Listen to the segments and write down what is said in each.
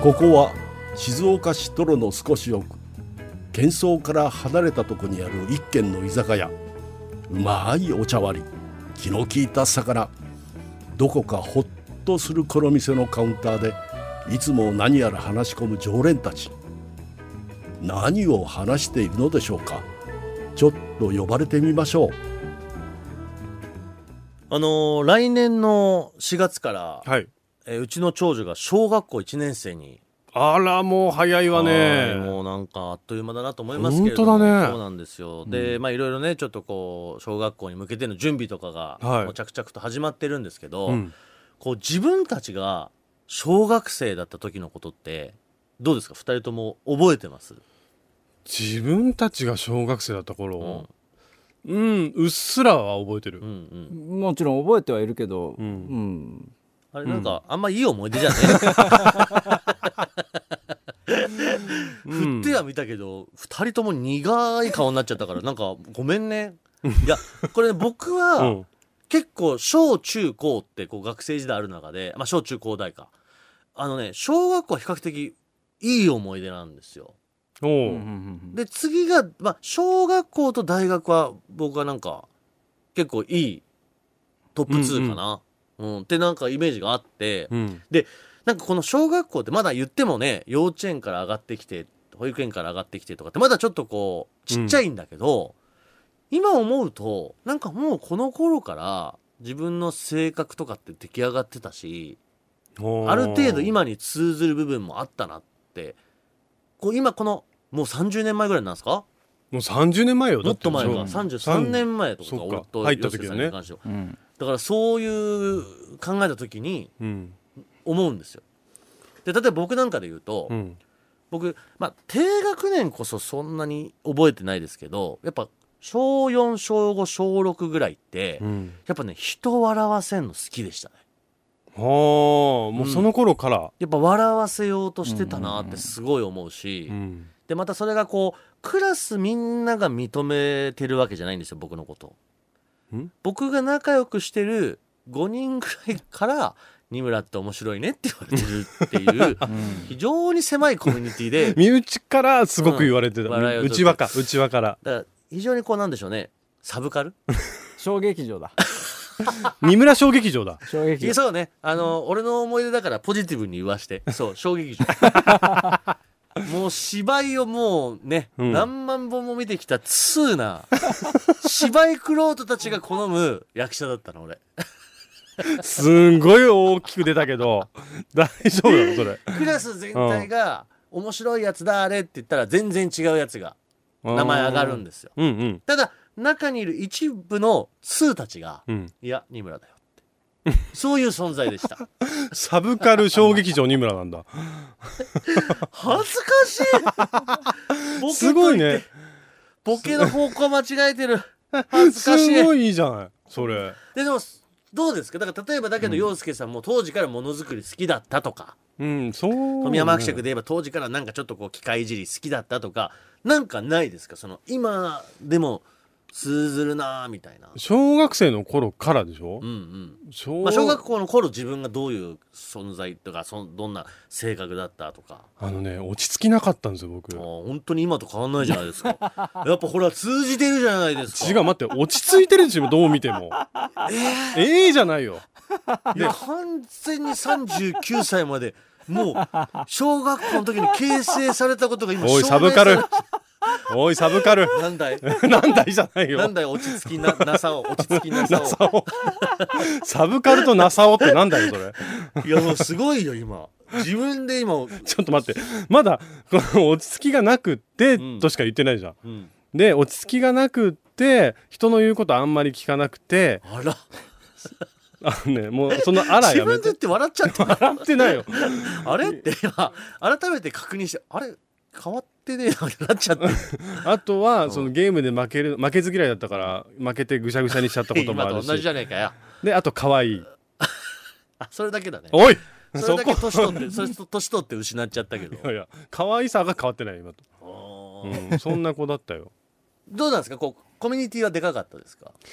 ここは静岡市泥の少し奥、喧騒から離れたとこにある一軒の居酒屋。うまいお茶割り、気の利いた魚、どこかほっとするこの店のカウンターでいつも何やら話し込む常連たち。何を話しているのでしょうか。ちょっと呼ばれてみましょう。来年の4月から、 はい、 うちの長女が小学校1年生に。 あら、もう早いわね。 もうなんかあっという間だなと思いますけれども。 本当だね。 そうなんですよ。で、いろいろね、ちょっとこう小学校に向けての準備とかが、もう着々と始まってるんですけど、こう自分たちが小学生だった時のことってどうですか？2人とも覚えてます？ 自分たちが小学生だった頃、うっすらは覚えてる。 もちろん覚えてはいるけど、 あれなんか、あんまいい思い出じゃね振っては見たけど2人とも苦い顔になっちゃったからなんかごめんね。いやこれ、ね、僕は、結構小中高ってこう学生時代ある中で、小中高大か小学校は比較的いい思い出なんですよ。で次が、小学校と大学は僕はなんか結構いいトップ2かな、ってなんかイメージがあって、でなんかこの小学校ってまだ言ってもね、幼稚園から上がってきて保育園から上がってきてとかってまだちょっとこうちっちゃいんだけど、今思うとなんかもうこの頃から自分の性格とかって出来上がってたし、ある程度今に通ずる部分もあったなって、こう今このもう30年前ぐらいなんですか？ もう30年前よ。 もっと前か、33年前とか俺と入った時だね。 だからそういう考えた時に思うんですよ。で例えば僕なんかで言うと、僕、低学年こそそんなに覚えてないですけど、やっぱ小4小5小6ぐらいって、やっぱね人笑わせんの好きでしたね。 もうその頃から、 やっぱ笑わせようとしてたなってすごい思うし、でまたそれがこうクラスみんなが認めてるわけじゃないんですよ、僕のこと。僕が仲良くしてる5人ぐらいから二村って面白いねって言われてるっていう非常に狭いコミュニティで身内からすごく言われてた、内輪からだから非常にこうなんでしょうね、サブカル小劇場だ二村小劇場だ。 小劇場。 そうね、俺の思い出だからポジティブに言わして、そう小劇場もう芝居をもうね、何万本も見てきた通な芝居クロートたちが好む役者だったの俺すんごい大きく出たけど大丈夫なのそれ？ クラス全体が面白いやつだあれって言ったら全然違うやつが名前上がるんですよ。ただ中にいる一部の通たちが、いや二村だよってそういう存在でしたサブカル小劇場二村なんだ恥ずかしいすごいね。 ボケの方向間違えてる恥ずかしい。 すごいいいじゃないそれ。 でもどうですか？だから例えばだけど陽介さんも当時からものづくり好きだったとか、富山伯爵で言えば当時からなんかちょっとこう機械いじり好きだったとかなんかないですか？その今でも通ずるなみたいな。 小学生の頃からでしょ？ 小学校の頃自分がどういう存在とかどんな性格だったとか。 落ち着きなかったんですよ僕。 本当に今と変わんないじゃないですかやっぱほら通じてるじゃないですか。 違う、待って、落ち着いてるでしょどう見てもじゃないよ。 いや完全に39歳までもう小学校の時に形成されたことが今おいサブカルおいサブカルなんだいなんだいじゃないよ。 なんだい落ち着きなさを落ち着きなさをサブカルとなさおってなんだよそれ。 いやもうすごいよ今自分で今ちょっと待って、まだこの落ち着きがなくってとしか言ってないじゃん、で落ち着きがなくって人の言うことあんまり聞かなくて、 あらもうそのあらやめて。 自分で言って笑っちゃって笑ってないよあれって今改めて確認して、あれ変わってねえなってなっちゃってあとはそのゲームで負けず嫌いだったから負けてぐしゃぐしゃにしちゃったこともあるし今と同じじゃねえかよ。 であと可愛いそれだけだね。 おいそれだけ年取って失っちゃったけど。 いや可愛さが変わってない今と。そんな子だったよ。 どうなんですか？こうコミュニティはでかかったですか？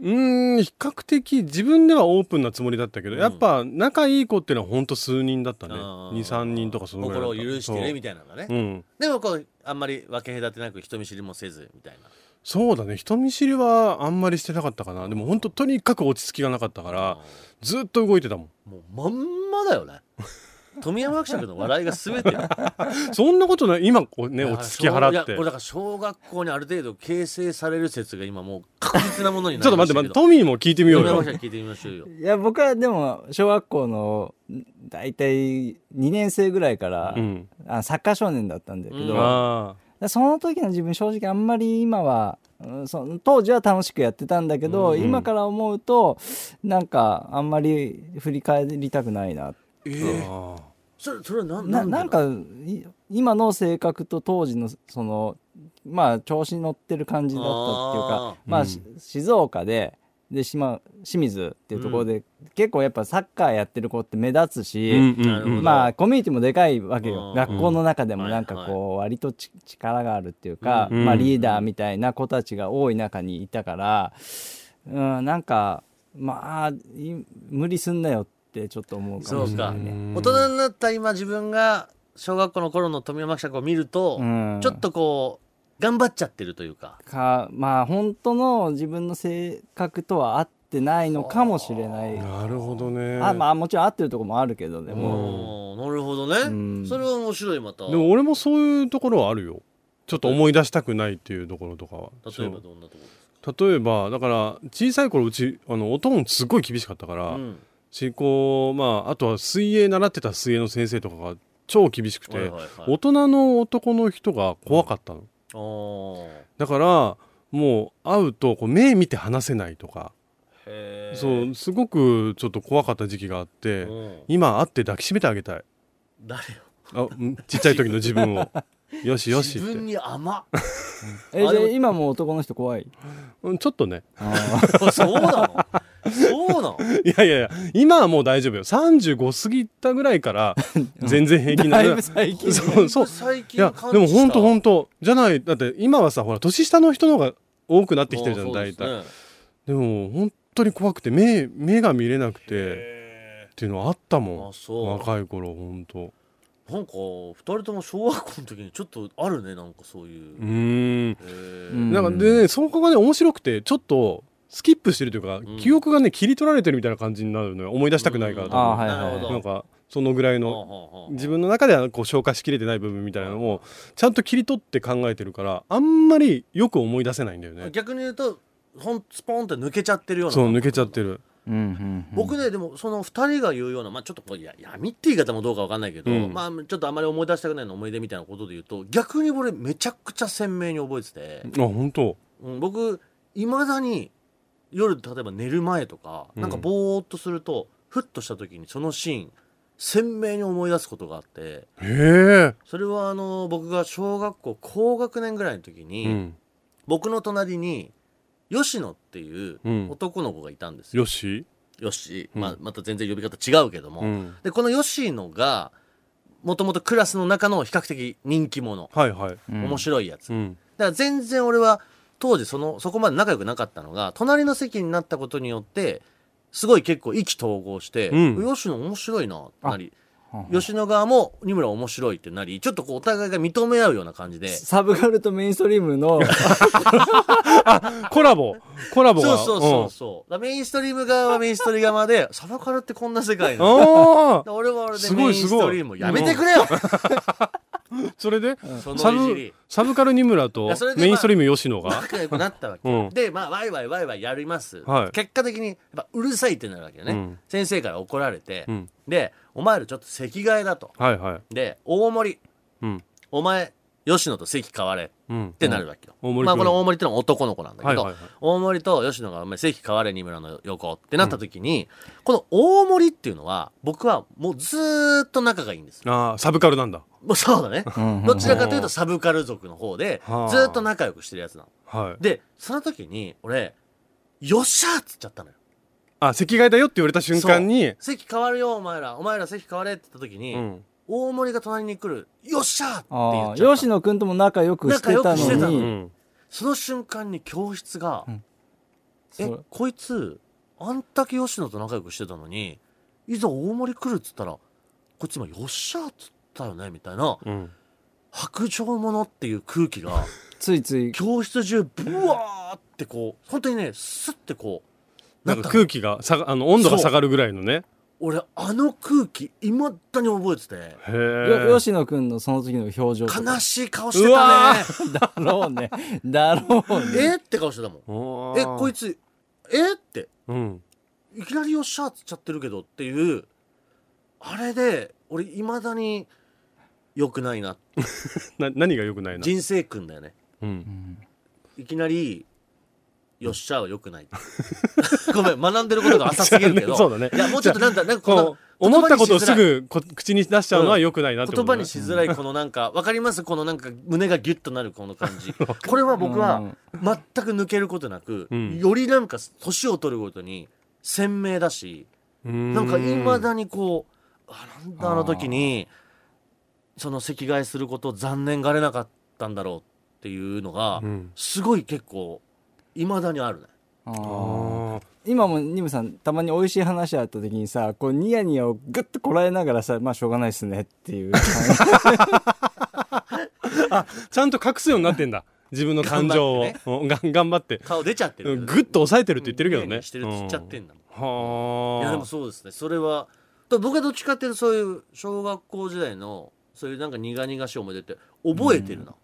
比較的自分ではオープンなつもりだったけど、やっぱ仲いい子っていうのはほんと数人だったね。2,3 人とかそのぐらいだった。 心を許してるみたいなのがね、でもこうあんまり分け隔てなく人見知りもせずみたいな。 そうだね、人見知りはあんまりしてなかったかな。でもほんととにかく落ち着きがなかったからずっと動いてたもん。 もうまんまだよね富山伯爵の笑いが全てそんなことない。今こうね落ち着き払って。 いやこれだから小学校にある程度形成される説が今もう確実なものになちょっと待ってトミーも聞いてみようよ。 富山伯爵聞いてみましょうよ。 いや僕はでも小学校のだいたい2年生ぐらいから、サッカー少年だったんだけど、その時の自分正直あんまり今は、その当時は楽しくやってたんだけど、今から思うとなんかあんまり振り返りたくないな。 それはなんか今の性格と当時のそのまあ調子に乗ってる感じだったっていうか、まあ静岡で清水っていうところで、結構やっぱサッカーやってる子って目立つし、まあコミュニティもでかいわけよ。学校の中でもなんかこう割と力があるっていうか、まあリーダーみたいな子たちが多い中にいたから、なんかまあ無理すんなよってちょっと思うかもしれないね。 大人になった今自分が小学校の頃の富山伯爵を見ると、ちょっとこう頑張っちゃってるというか、 まあ本当の自分の性格とは合ってないのかもしれない。 なるほどね。 まあもちろん合ってるところもあるけど、でもなるほどね、それは面白い。またでも俺もそういうところはあるよ。ちょっと思い出したくないっていうところとかは。 例えばどんなところですか？例えばだから小さい頃うちおとんすごい厳しかったから、あとは水泳習ってた水泳の先生とかが超厳しくて、大人の男の人が怖かったの。だからもう会うとこう目見て話せないとか、そうすごくちょっと怖かった時期があって、今会って抱きしめてあげたい。 誰よ？ちっちゃい時の自分をよしよしって。 自分に甘じゃあ今も男の人怖い？ ちょっとね。 そうなの？そうなの？ いや今はもう大丈夫よ。35過ぎたぐらいから全然平気なだいぶ最近。 そういやでも本当じゃない。だって今はさほら年下の人の方が多くなってきてるじゃん大体。でも本当に怖くて目が見れなくてっていうのはあったもん。若い頃本当。 なんか2人とも小学校の時にちょっとあるね、なんかそういう。 なんかでね、そこがね面白くてちょっとスキップしてるというか、記憶がね切り取られてるみたいな感じになるのよ。思い出したくないからなんかそのぐらいの自分の中ではこう消化しきれてない部分みたいなのをちゃんと切り取って考えてるから、あんまりよく思い出せないんだよね。 逆に言うとスポンって抜けちゃってるような。 そう抜けちゃってる。 僕ねでもその2人が言うような、ちょっとこう闇って言い方もどうか分かんないけど、ちょっとあんまり思い出したくないの思い出みたいなことで言うと、逆に俺めちゃくちゃ鮮明に覚えてて。 本当？ 僕いまだに夜例えば寝る前とかなんかぼーっとすると、ふっとした時にそのシーン鮮明に思い出すことがあって、それは僕が小学校高学年ぐらいの時に、僕の隣に吉野っていう男の子がいたんですよ。吉、また全然呼び方違うけども、でこの吉野がもともとクラスの中の比較的人気者、面白いやつ、だから全然俺は当時そこまで仲良くなかったのが、隣の席になったことによってすごい結構意気投合して、吉野面白いなってなり、吉野側も二村面白いってなり、ちょっとこうお互いが認め合うような感じで、 サブカルとメインストリームのコラボがそうメインストリーム側はメインストリーム側で、サブカルってこんな世界なの俺は俺でメインストリームやめてくれよそれでサブカル二村とメインストリーム吉野が仲良くなったわけで、ワイワイやります、結果的にやっぱうるさいってなるわけよね、先生から怒られて、でお前らちょっと席替えだと、で大森、お前吉野と席変われってなるわけよ、この大森ってのは男の子なんだけど、大森と吉野がお前席変われ二村の横ってなった時に、この大森っていうのは僕はもうずーっと仲がいいんですよ。 サブカルなんだ。 そうだね、どちらかというとサブカル族の方でずーっと仲良くしてるやつなの、でその時に俺よっしゃーっつっちゃったのよ。 席替えだよって言われた瞬間に、 席変わるよお前ら席変われって言った時に、大森が隣に来るよっしゃーって言っちゃった。 吉野くんとも仲良くしてたのに、 その瞬間に教室がこいつあんだけ吉野と仲良くしてたのにいざ大森来るっつったらこいつ今よっしゃーっつったよねみたいな、白状者っていう空気がついつい教室中ブワーってこう本当にねスッてこうなんか空気が温度が下がるぐらいのね。 俺あの空気いまだに覚えてて、 へ吉野君のその時の表情とか悲しい顔してたね。 だろうねだろうねって顔してたもん。こいつって、いきなりよっしゃーっつっちゃってるけどっていうあれで俺いまだに良くないな何が良くないな。 人生訓だよね、いきなりよっしゃーは良くないごめん学んでることが浅すぎるけどそうだね。 いやもうちょっとなんかこの思ったことをすぐ口に出しちゃうのは良くないなってこと、 言葉にしづらいこのなんかわかりますこのなんか胸がギュッとなるこの感じこれは僕は全く抜けることなく、よりなんか年を取るごとに鮮明だし、なんかいまだにこうなんだあの時にその席替えすることを残念がれなかったんだろうっていうのが、すごい結構いまだにあるね。 今もニムさんたまに美味しい話あった時にさこうニヤニヤをグッとこらえながらさまあしょうがないっすねっていうちゃんと隠すようになってんだ自分の感情を頑張って顔出ちゃってる、 グッと抑えてるって言ってるけどね、 してるって言っちゃってんだもん。 いやでもそうですねそれは僕はどっちかっていうとそういう小学校時代のそういうなんか苦々しい思い出って覚えてるな、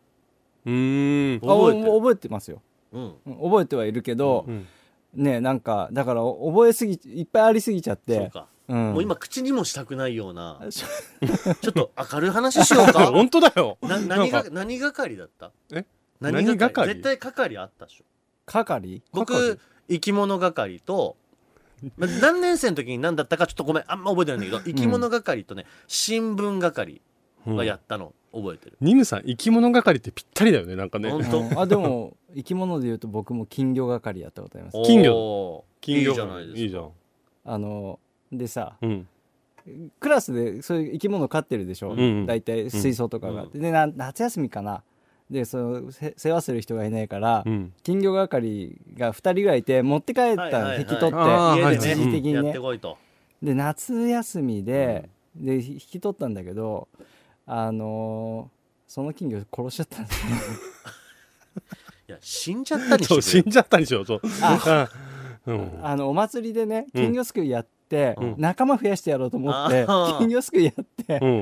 覚えてますよ、覚えてはいるけど、ねなんかだから覚えすぎいっぱいありすぎちゃってそうか、もう今口にもしたくないようなちょっと明るい話しようか本当だよ。 何係だった？ 何係？ 絶対係あったでしょ。 係？ 僕生き物係と何年生の時に何だったかちょっとごめんあんま覚えてないんだけど、生き物係とね新聞係がやったの覚えてる。 ニムさん生き物係ってぴったりだよねなんかね。 本当？ でも生き物でいうと僕も金魚係やったことあります。 金魚いいじゃないですか。 いいじゃん。 でさ、クラスでそういう生き物飼ってるでしょ、大体水槽とかがあって、で夏休みかなでその世話する人がいないから、金魚係が2人ぐらいいて持って帰ったの、引き取って家で一時的にねやってこいと。 で夏休みで、引き取ったんだけどその金魚殺しちゃったんですよいや死んじゃったりしてそう死んじゃったりしようそうお祭りでね金魚すくいやって、仲間増やしてやろうと思って金魚すくいやって、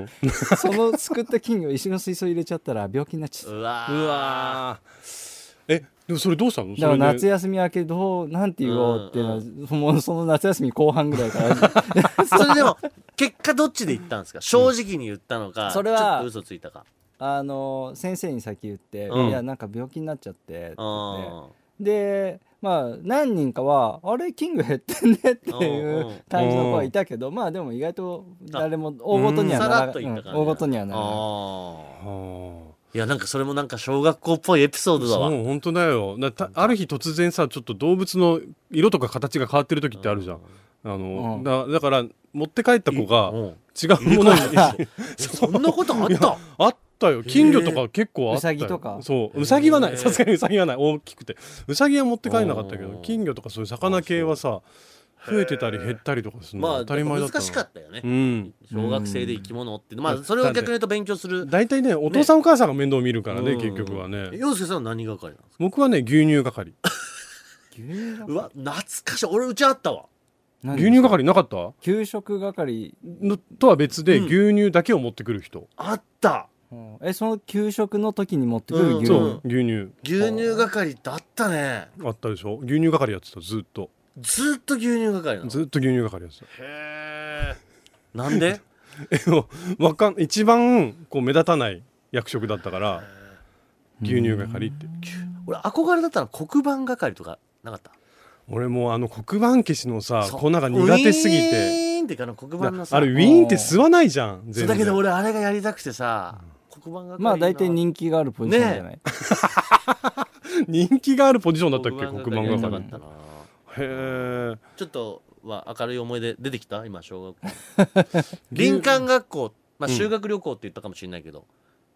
そのすくった金魚石の水槽入れちゃったら病気になっちゃった。 うわでもそれどうしたの？ だから夏休み明けなんて言おうっていうのは、もうその夏休み後半ぐらいからそれでも結果どっちで言ったんですか？正直に言ったのか、 それはちょっと嘘ついたか。 先生に先言って、いやなんか病気になっちゃってって言ってでまあ何人かはあれ金魚減ってんねっていう感じの子はいたけど、まあでも意外と誰も大ごとにはならない、大ごとにはならない。 いやなんかそれもなんか小学校っぽいエピソードだわ。 そう本当だよ。ある日突然さちょっと動物の色とか形が変わってる時ってあるじゃん。だから持って帰った子が違うものにそんなことあった？ あったよ。金魚とか結構あったよ。 ウサギとか。 そうウサギはない、さすがにウサギはない、大きくてウサギは持って帰んなかったけど金魚とかそういう魚系はさ増えてたり減ったりとかするの当たり前だった。 難しかったよね、小学生で生き物ってまあそれを逆に言うと勉強する大体ねお父さんお母さんが面倒見るからね、結局はね。 陽介さんは何係なんですか？ 僕はね牛乳係うわ懐かしい。俺うちあったわ。 牛乳係なかった？ 給食係のとは別で牛乳だけを持ってくる人、 あった。 その給食の時に持ってくる牛乳、 そう牛乳係ってあったね。 あったでしょ。牛乳係やってた。ずっと牛乳係なの？ ずっと牛乳係やってた。 へえ。なんで？ 一番こう目立たない役職だったから牛乳係って。 俺憧れだったの黒板係とかなかった？ 俺も黒板消しのさ粉が苦手すぎてウィーンって黒板のさあれウィーンって吸わないじゃん全然。 だけど俺あれがやりたくてさ、黒板係まあ大体人気があるポジションじゃない、 人気があるポジションだったっけ黒板係。 へえ。 ちょっとは明るい思い出出てきた？今小学校林間学校、修学旅行って言ったかもしれないけど、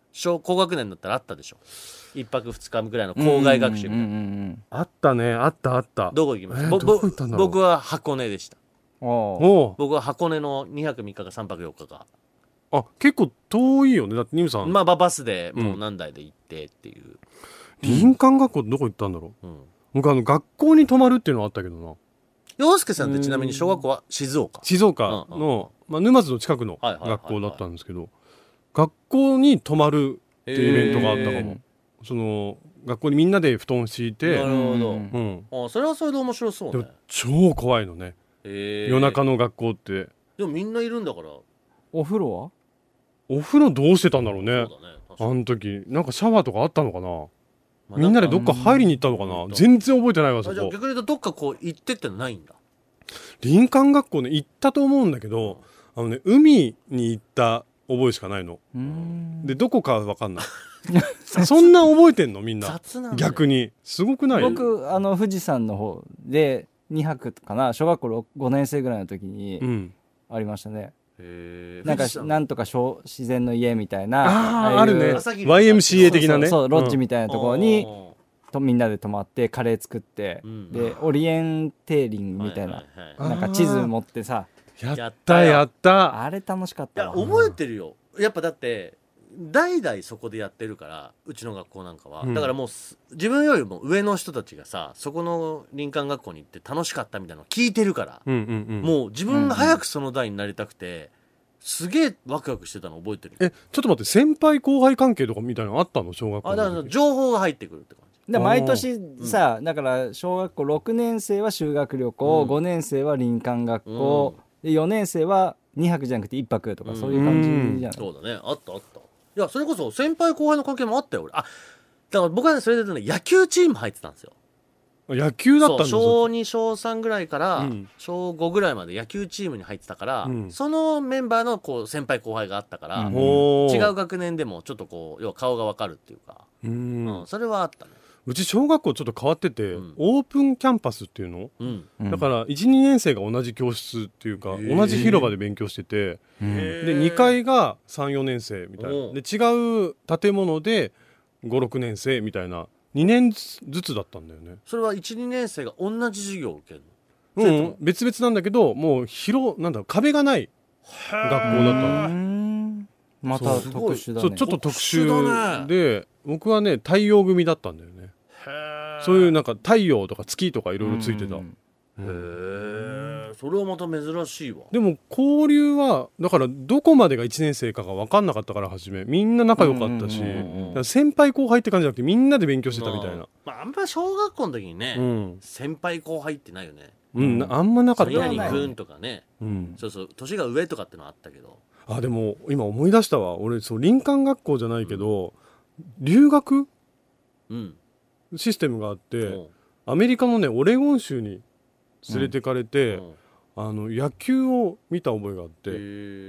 高学年だったらあったでしょ。1泊2日ぐらいの校外学習みたいな。 あったね、あったどこ行きました？ どこ行ったんだろう。 僕は箱根でした。 お僕は箱根の2泊3日か3泊4日か。 あ、結構遠いよね。だってニムさん、 まあバスでもう何台で行ってっていう。 林間学校どこ行ったんだろう。僕学校に泊まるっていうのはあったけどな。 陽介さんってちなみに小学校は静岡の、沼津の近くの学校だったんですけど、学校に泊まるっていうイベントがあったかも。その学校にみんなで布団敷いて。 なるほど。それはそれで面白そうね。 でも超怖いのね。夜中の学校って。 でもみんないるんだから。 お風呂は？ お風呂どうしてたんだろうね。あの時なんかシャワーとかあったのかな。みんなでどっか入りに行ったのかな。全然覚えてないわそこ。 じゃあ逆に言うとどっかこう行ってってのないんだ。 林間学校ね行ったと思うんだけど、海に行った覚えしかないの。でどこかは分かんない。そんな覚えてんのみんな。逆にすごくない？ 僕富士山の方で2泊かな、小学校5年生ぐらいの時にありましたね。なんとか自然の家みたいな。 あるね。YMCA 的なね。 そうロッジみたいなところにみんなで泊まってカレー作って、でオリエンテーリングみたいな、なんか地図持ってさ、 やったあれ楽しかったわ。 いや覚えてるよ。やっぱだって代々そこでやってるから、うちの学校なんかは、だからもう自分よりも上の人たちがさ、そこの林間学校に行って楽しかったみたいなの聞いてるから、もう自分が早くその代になりたくて、すげえワクワクしてたの覚えてる。 ちょっと待って、先輩後輩関係とかみたいなのあったの？小学校の時。 だから情報が入ってくるって感じ。 毎年さ、だから小学校6年生は修学旅行、5年生は林間学校、で4年生は2泊じゃなくて1泊とか、そういう感じじゃない？ そうだね、あったあった。いやそれこそ先輩後輩の関係もあったよ俺。だから僕はねそれでね野球チーム入ってたんですよ。 野球だったんだ。 小2小3ぐらいから小5ぐらいまで野球チームに入ってたから、そのメンバーのこう先輩後輩があったから、違う学年でもちょっとこう要は顔が分かるっていうか、それはあったね。 うち小学校ちょっと変わってて、オープンキャンパスっていうの、だから 1,2 年生が同じ教室っていうか、同じ広場で勉強してて、で2階が 3,4 年生みたいなで、違う建物で 5,6 年生みたいな2年ずつだったんだよね。 それは 1,2 年生が同じ授業を受けるの？別々なんだけど、もうなんだ壁がない学校だったの。 また特殊だね。 そうちょっと特殊で、僕はね太陽組だったんだよね。そういうなんか太陽とか月とかいろいろついてた。へえ、それはまた珍しいわ。 でも交流はだからどこまでが1年生かが分かんなかったから、初めみんな仲良かったし、先輩後輩って感じじゃなくてみんなで勉強してたみたいな。 あんま小学校の時にね、先輩後輩ってないよね。 あんまなかった。 何々君とかね、そうそう年が上とかってのはあったけど。 でも今思い出したわ。俺林間学校じゃないけど、留学システムがあって、アメリカのねオレゴン州に連れてかれて、野球を見た覚えがあって、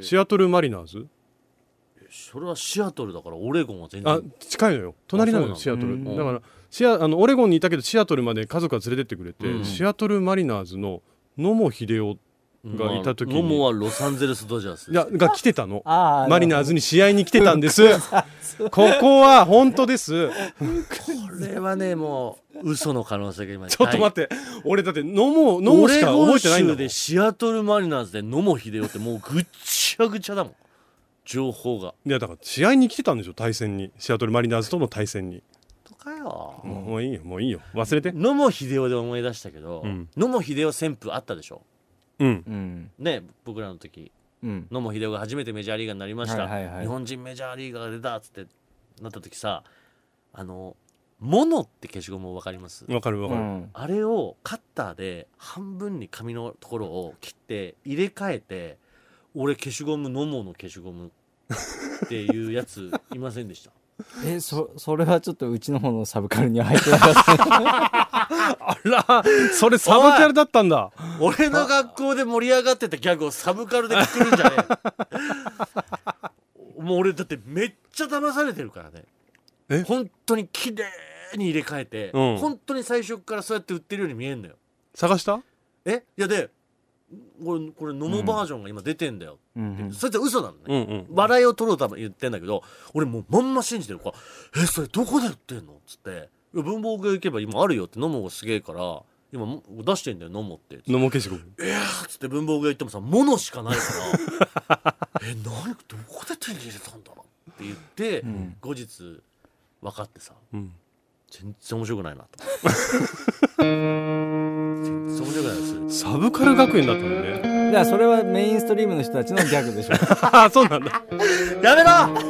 シアトルマリナーズ。 それはシアトルだからオレゴンは全然近いのよ。隣なのよシアトル。だからオレゴンにいたけどシアトルまで家族が連れてってくれて、シアトルマリナーズの野茂英雄がいた時に、 野茂はロサンゼルスドジャースが来てたの。マリナーズに試合に来てたんです。ここは本当です。これはねもう嘘の可能性が今。 ちょっと待って、俺だって野茂しか覚えてないんだもん。オレゴン州でシアトルマリナーズで野茂英雄ってもうぐっちゃぐちゃだもん、情報が。いやだから試合に来てたんでしょ、対戦に。シアトルマリナーズとの対戦に。 とかよ。 もういいよもういいよ、忘れて。 野茂英雄で思い出したけど、野茂英雄旋風あったでしょ。ね、僕らの時、野茂英雄が初めてメジャーリーガーになりました、日本人メジャーリーガーが出たっつってなった時さ、モノって消しゴム分かります？ 分かる。 あれをカッターで半分に紙のところを切って入れ替えて、俺消しゴム野茂の消しゴムっていうやついませんでした？ それはちょっとうちの方のサブカルには入ってなかったあら、それサブカルだったんだ。 俺の学校で盛り上がってたギャグをサブカルでくるんじゃねえもう俺だってめっちゃ騙されてるからね。本当に綺麗に入れ替えて、本当に最初からそうやって売ってるように見えんのよ。 探した？ いやでこれ飲むバージョンが今出てんだよって、 うんそれって嘘なのね、 うん笑いを取ろうとは言ってんだけど、俺もうまんま信じてるから「それどこで売ってんの?」っつって「いや文房具屋行けば今あるよ」って、飲むがすげえから今出してんだよ飲もうって飲もう消しゴム。 っつって文房具屋行ってもさ物しかないから何どこで手に入れたんだろうって言って、後日分かってさ、全然面白くないなと全然面白くないです。 サブカル学園だったのね。 だからそれはメインストリームの人たちのギャグでしょ。 ああ、そうなんだ。 やめろ。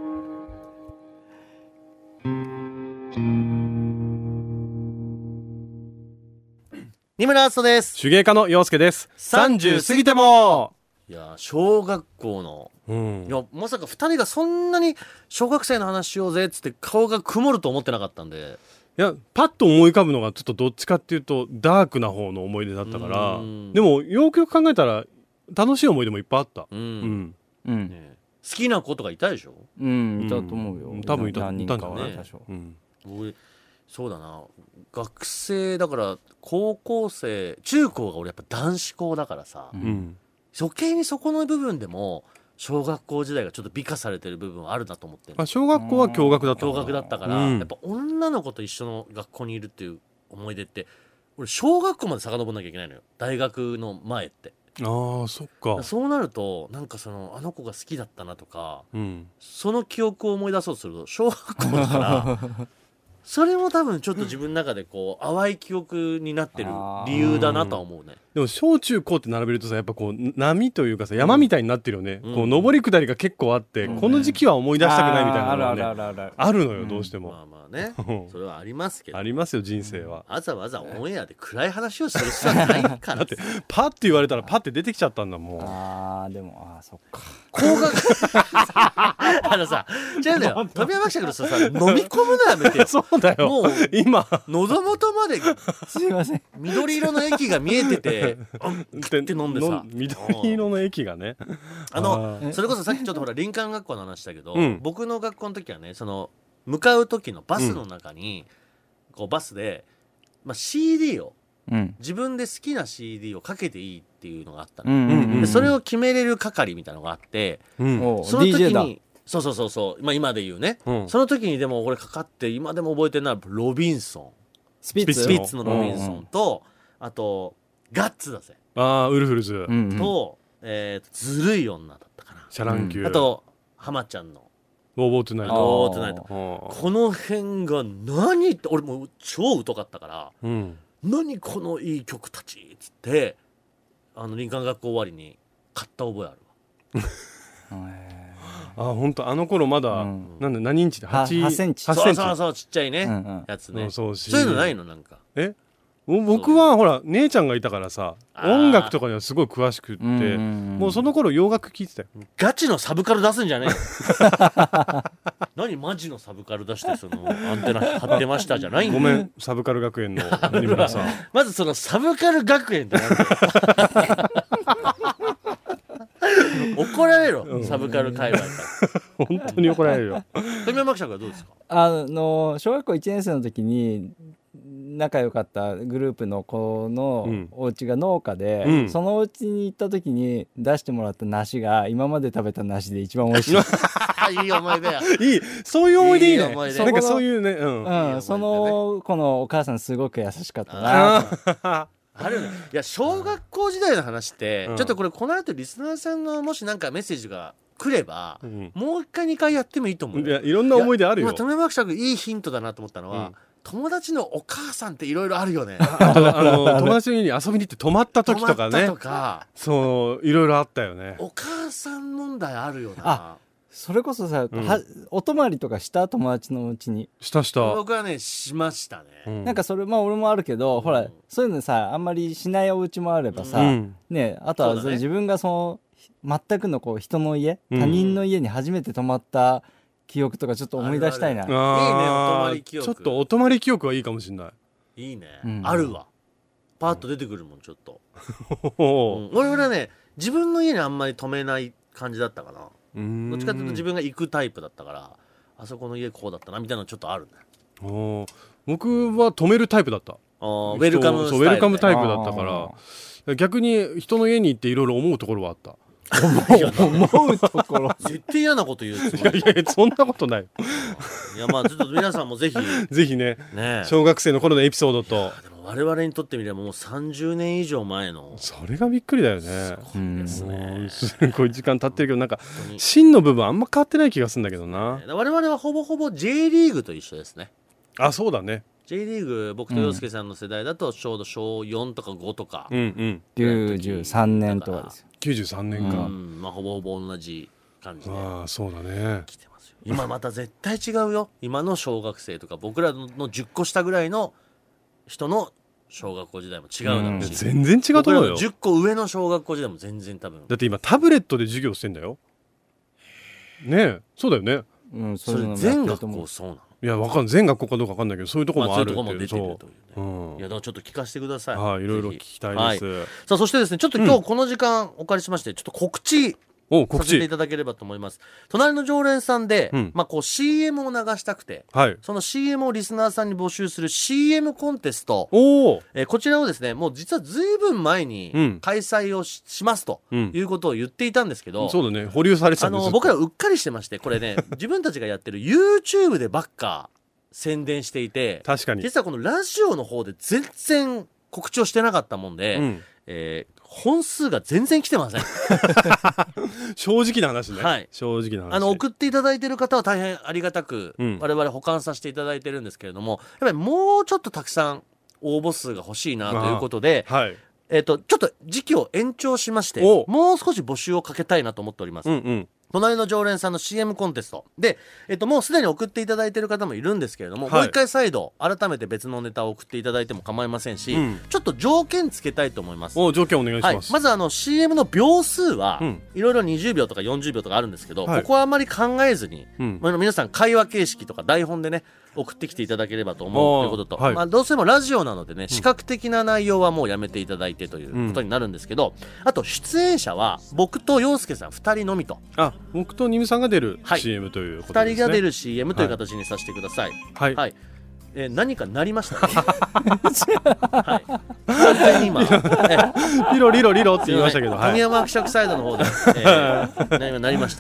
二村敦人です。 手芸家の陽介です。 30 30過ぎても。 いや小学校の、いやまさか2人がそんなに小学生の話しようぜっつって顔が曇ると思ってなかったんで、 いやパッと思い浮かぶのがちょっとどっちかっていうとダークな方の思い出だったからでもよくよく考えたら楽しい思い出もいっぱいあった。 うんね、好きな子とかいたでしょ。 いたと思うよ。 多分いた何人かはんだね多少。 僕そうだな、学生だから高校生中高が俺やっぱ男子校だからさ、余計にそこの部分でも小学校時代がちょっと美化されてる部分はあるなと思ってる。 小学校は共学だったの共学だったから、やっぱ女の子と一緒の学校にいるっていう思い出って俺小学校まで遡んなきゃいけないのよ、大学の前って。 ああそっか。 そうなるとなんかあの子が好きだったなとか、 うんその記憶を思い出そうとすると小学校だからそれも多分ちょっと自分の中でこう淡い記憶になってる理由だなとは思うね。 でも小中高って並べるとさやっぱこう波というかさ山みたいになってるよね、こう上り下りが結構あって、この時期は思い出したくないみたいなのがねあるのよ、どうしても。 まあまあねそれはありますけど、 ありますよ人生は。 わざわざオンエアで暗い話をする必要はないからだってパッて言われたらパッて出てきちゃったんだもん。 でもそっか。 高学さ違うんだよ富山記者からさ飲み込むのやめてよそうだよもう今喉元まですいません。 緑色の液が見えててって飲んでさ緑色の液がねそれこそさっきちょっとほら林間学校の話したけど、僕の学校の時はね向かう時のバスの中に、こうバスで、CD を、自分で好きな CD をかけていいっていうのがあったの、でそれを決めれる係みたいなのがあって、その時 DJ だ。 そう、今で言うね、その時にでも俺かかって今でも覚えてるのはロビンソンスピッツのロビンソンと、あとガッツだぜウルフルズと、ずるい女だったかな、 シャランキュー、 あと浜ちゃんのウォーボートゥナイト、 この辺が何って俺もう超疎かったから、何このいい曲たちっつって林間学校終わりに買った覚えあるわ。 本当あの頃まだ、なんで何インチで 8センチ。 そうちっちゃいね、やつね。そういうのないのなんか。 僕はほら姉ちゃんがいたからさ音楽とかにはすごい詳しくってもうその頃洋楽聴いてたよ。 ガチのサブカル出すんじゃねえよ何マジのサブカル出してアンテナ張ってましたじゃないんだよ。 ごめんサブカル学園の二村さんまずサブカル学園ってなんだよ怒られろ、サブカル界隈から本当に怒られるよ。 富山記者はどうですか。 小学校1年生の時に仲良かったグループの子のお家が農家で、そのお家に行った時に出してもらった梨が今まで食べた梨で一番美味しいいい思い出やいいそういう思い出いいね。 なんかそういうね、 その子のお母さんすごく優しかったなあるね。いや小学校時代の話って、ちょっとこの後リスナーさんのもしなんかメッセージが来れば、もう一回2回やってもいいと思う。 いろんな思い出あるよ。 富山記者いいヒントだなと思ったのは、友達のお母さんっていろいろあるよね。 友達の家に遊びに行って泊まった時とかね、そういろいろあったよね。 お母さん問題あるよな。 それこそさ、お泊まりとかした友達のうちに。 した僕はねしましたね。 なんかそれ俺もあるけど、ほらそういうのさあんまりしないお家もあればさ、ね、あとは自分が全くの人の家、他人の家に初めて泊まった記憶とかちょっと思い出したいな。いいね、 お泊まり記憶。 ちょっとお泊まり記憶はいいかもしれない。 いいね、あるわ。パッと出てくるもんちょっと俺はね自分の家にあんまり泊めない感じだったかな。どっちかというと自分が行くタイプだったから、あそこの家こうだったなみたいなのちょっとあるね。 僕は泊めるタイプだった。 ウェルカムスタイル、 ウェルカムタイプだったから逆に人の家に行っていろいろ思うところはあった。 思うところ絶対嫌なこと言うついやいやそんなことない。 いやまあちょっと皆さんもぜひぜひねね小学生の頃のエピソードと。 でも我々にとってみればもう30年以上前の。 それがびっくりだよね。 すごいですね。 すごい時間経ってるけどなんか芯の部分あんま変わってない気がするんだけどな。 我々はほぼほぼ J リーグと一緒ですね。 あ、そうだね。 J リーグ僕と洋介さんの世代だとちょうど小4とか5とか、 93年とかですよ。 93年か、 まあほぼほぼ同じ感じでああそうだね。 来てますよ。今また絶対違うよ。今の小学生とか僕らの10個下ぐらいの人の小学校時代も違うだろうし、 全然違うと思うよ。 僕らの10個上の小学校時代も全然多分。 だって今タブレットで授業してんだよね。えそうだよね。 それ全学校そうなの。 いやわかんない全学校かどうかわかんないけどそういうところもあるっていう、 そういうところも出てるというね。いやだからちょっと聞かせてください。 はい、いろいろ聞きたいです。 さあそしてですねちょっと今日この時間お借りしましてちょっと告知させていただければと思います。隣の常連さんで、まあこう CM を流したくて、その CM をリスナーさんに募集する CM コンテスト、こちらをですねもう実はずいぶん前に開催を しますということを言っていたんですけど、 そうだね保留されてたんです。 僕らうっかりしてまして、これね自分たちがやってる YouTube でばっか宣伝していて、 確かに実はこのラジオの方で全然告知をしてなかったもんで、本数が全然来てません正直な話ね、 はい、 正直な話。 送っていただいている方は大変ありがたく、我々保管させていただいてるんですけれども、やっぱりもうちょっとたくさん応募数が欲しいなということで、ちょっと時期を延長しましてもう少し募集をかけたいなと思っております。隣の常連さんの CM コンテストで、もうすでに送っていただいている方もいるんですけれども、もう一回再度改めて別のネタを送っていただいても構いませんし、ちょっと条件つけたいと思います。 条件お願いします。 まずCM の秒数はいろいろ20秒とか40秒とかあるんですけど、ここはあまり考えずに、皆さん会話形式とか台本でね送ってきていただければと思うということと、どうしてもラジオなのでね視覚的な内容はもうやめていただいてということになるんですけど、あと出演者は僕と陽介さん2人のみと。 僕とニムさんが出る CM ということですね。 2人が出る CM という形にさせてください。何かなりましたね完全に今リロリロリロって言いましたけど、 富山伯爵サイドの方でなりました。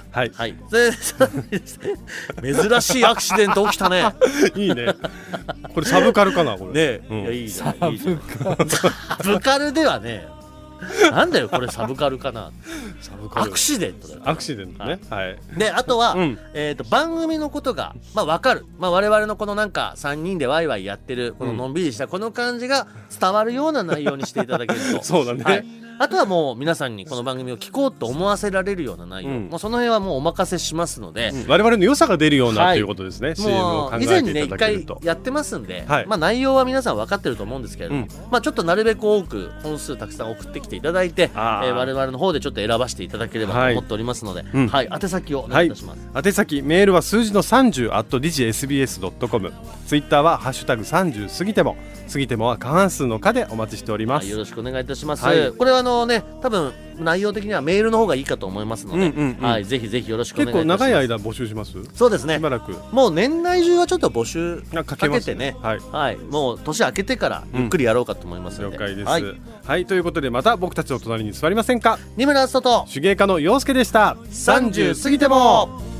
珍しいアクシデント起きたねいいねこれサブカルかなこれね。いいじゃんサブカルではねなんだよこれサブカルかな。アクシデントだよ。 アクシデントね。 であとは番組のことが分かる、我々のこのなんか3人でワイワイやってるこののんびりしたこの感じが伝わるような内容にしていただけるとそうだね。 あとはもう皆さんにこの番組を聞こうと思わせられるような内容、もうその辺はもうお任せしますので、 我々の良さが出るようなということですね。CM を考えていただけると。以前にね一回やってますんで、内容は皆さん分かってると思うんですけれども、ちょっとなるべく多く本数たくさん送ってきていただいて、我々の方でちょっと選ばせていただければと思っておりますので、宛先をお願いいたします。 宛先メールは数字の30 @digsbs.com、 ツイッターはハッシュタグ30過ぎても、過ぎてもは過半数の課でお待ちしております。 よろしくお願いいたします。これは多分内容的にはメールの方がいいかと思いますので、ぜひぜひよろしくお願いいたします。 結構長い間募集します。 そうですね。 しばらくもう年内中はちょっと募集かけてね、もう年明けてからゆっくりやろうかと思いますので、 了解です。ということでまた僕たちの隣に座りませんか。 二村篤人と手芸家の陽介でした。 30過ぎても。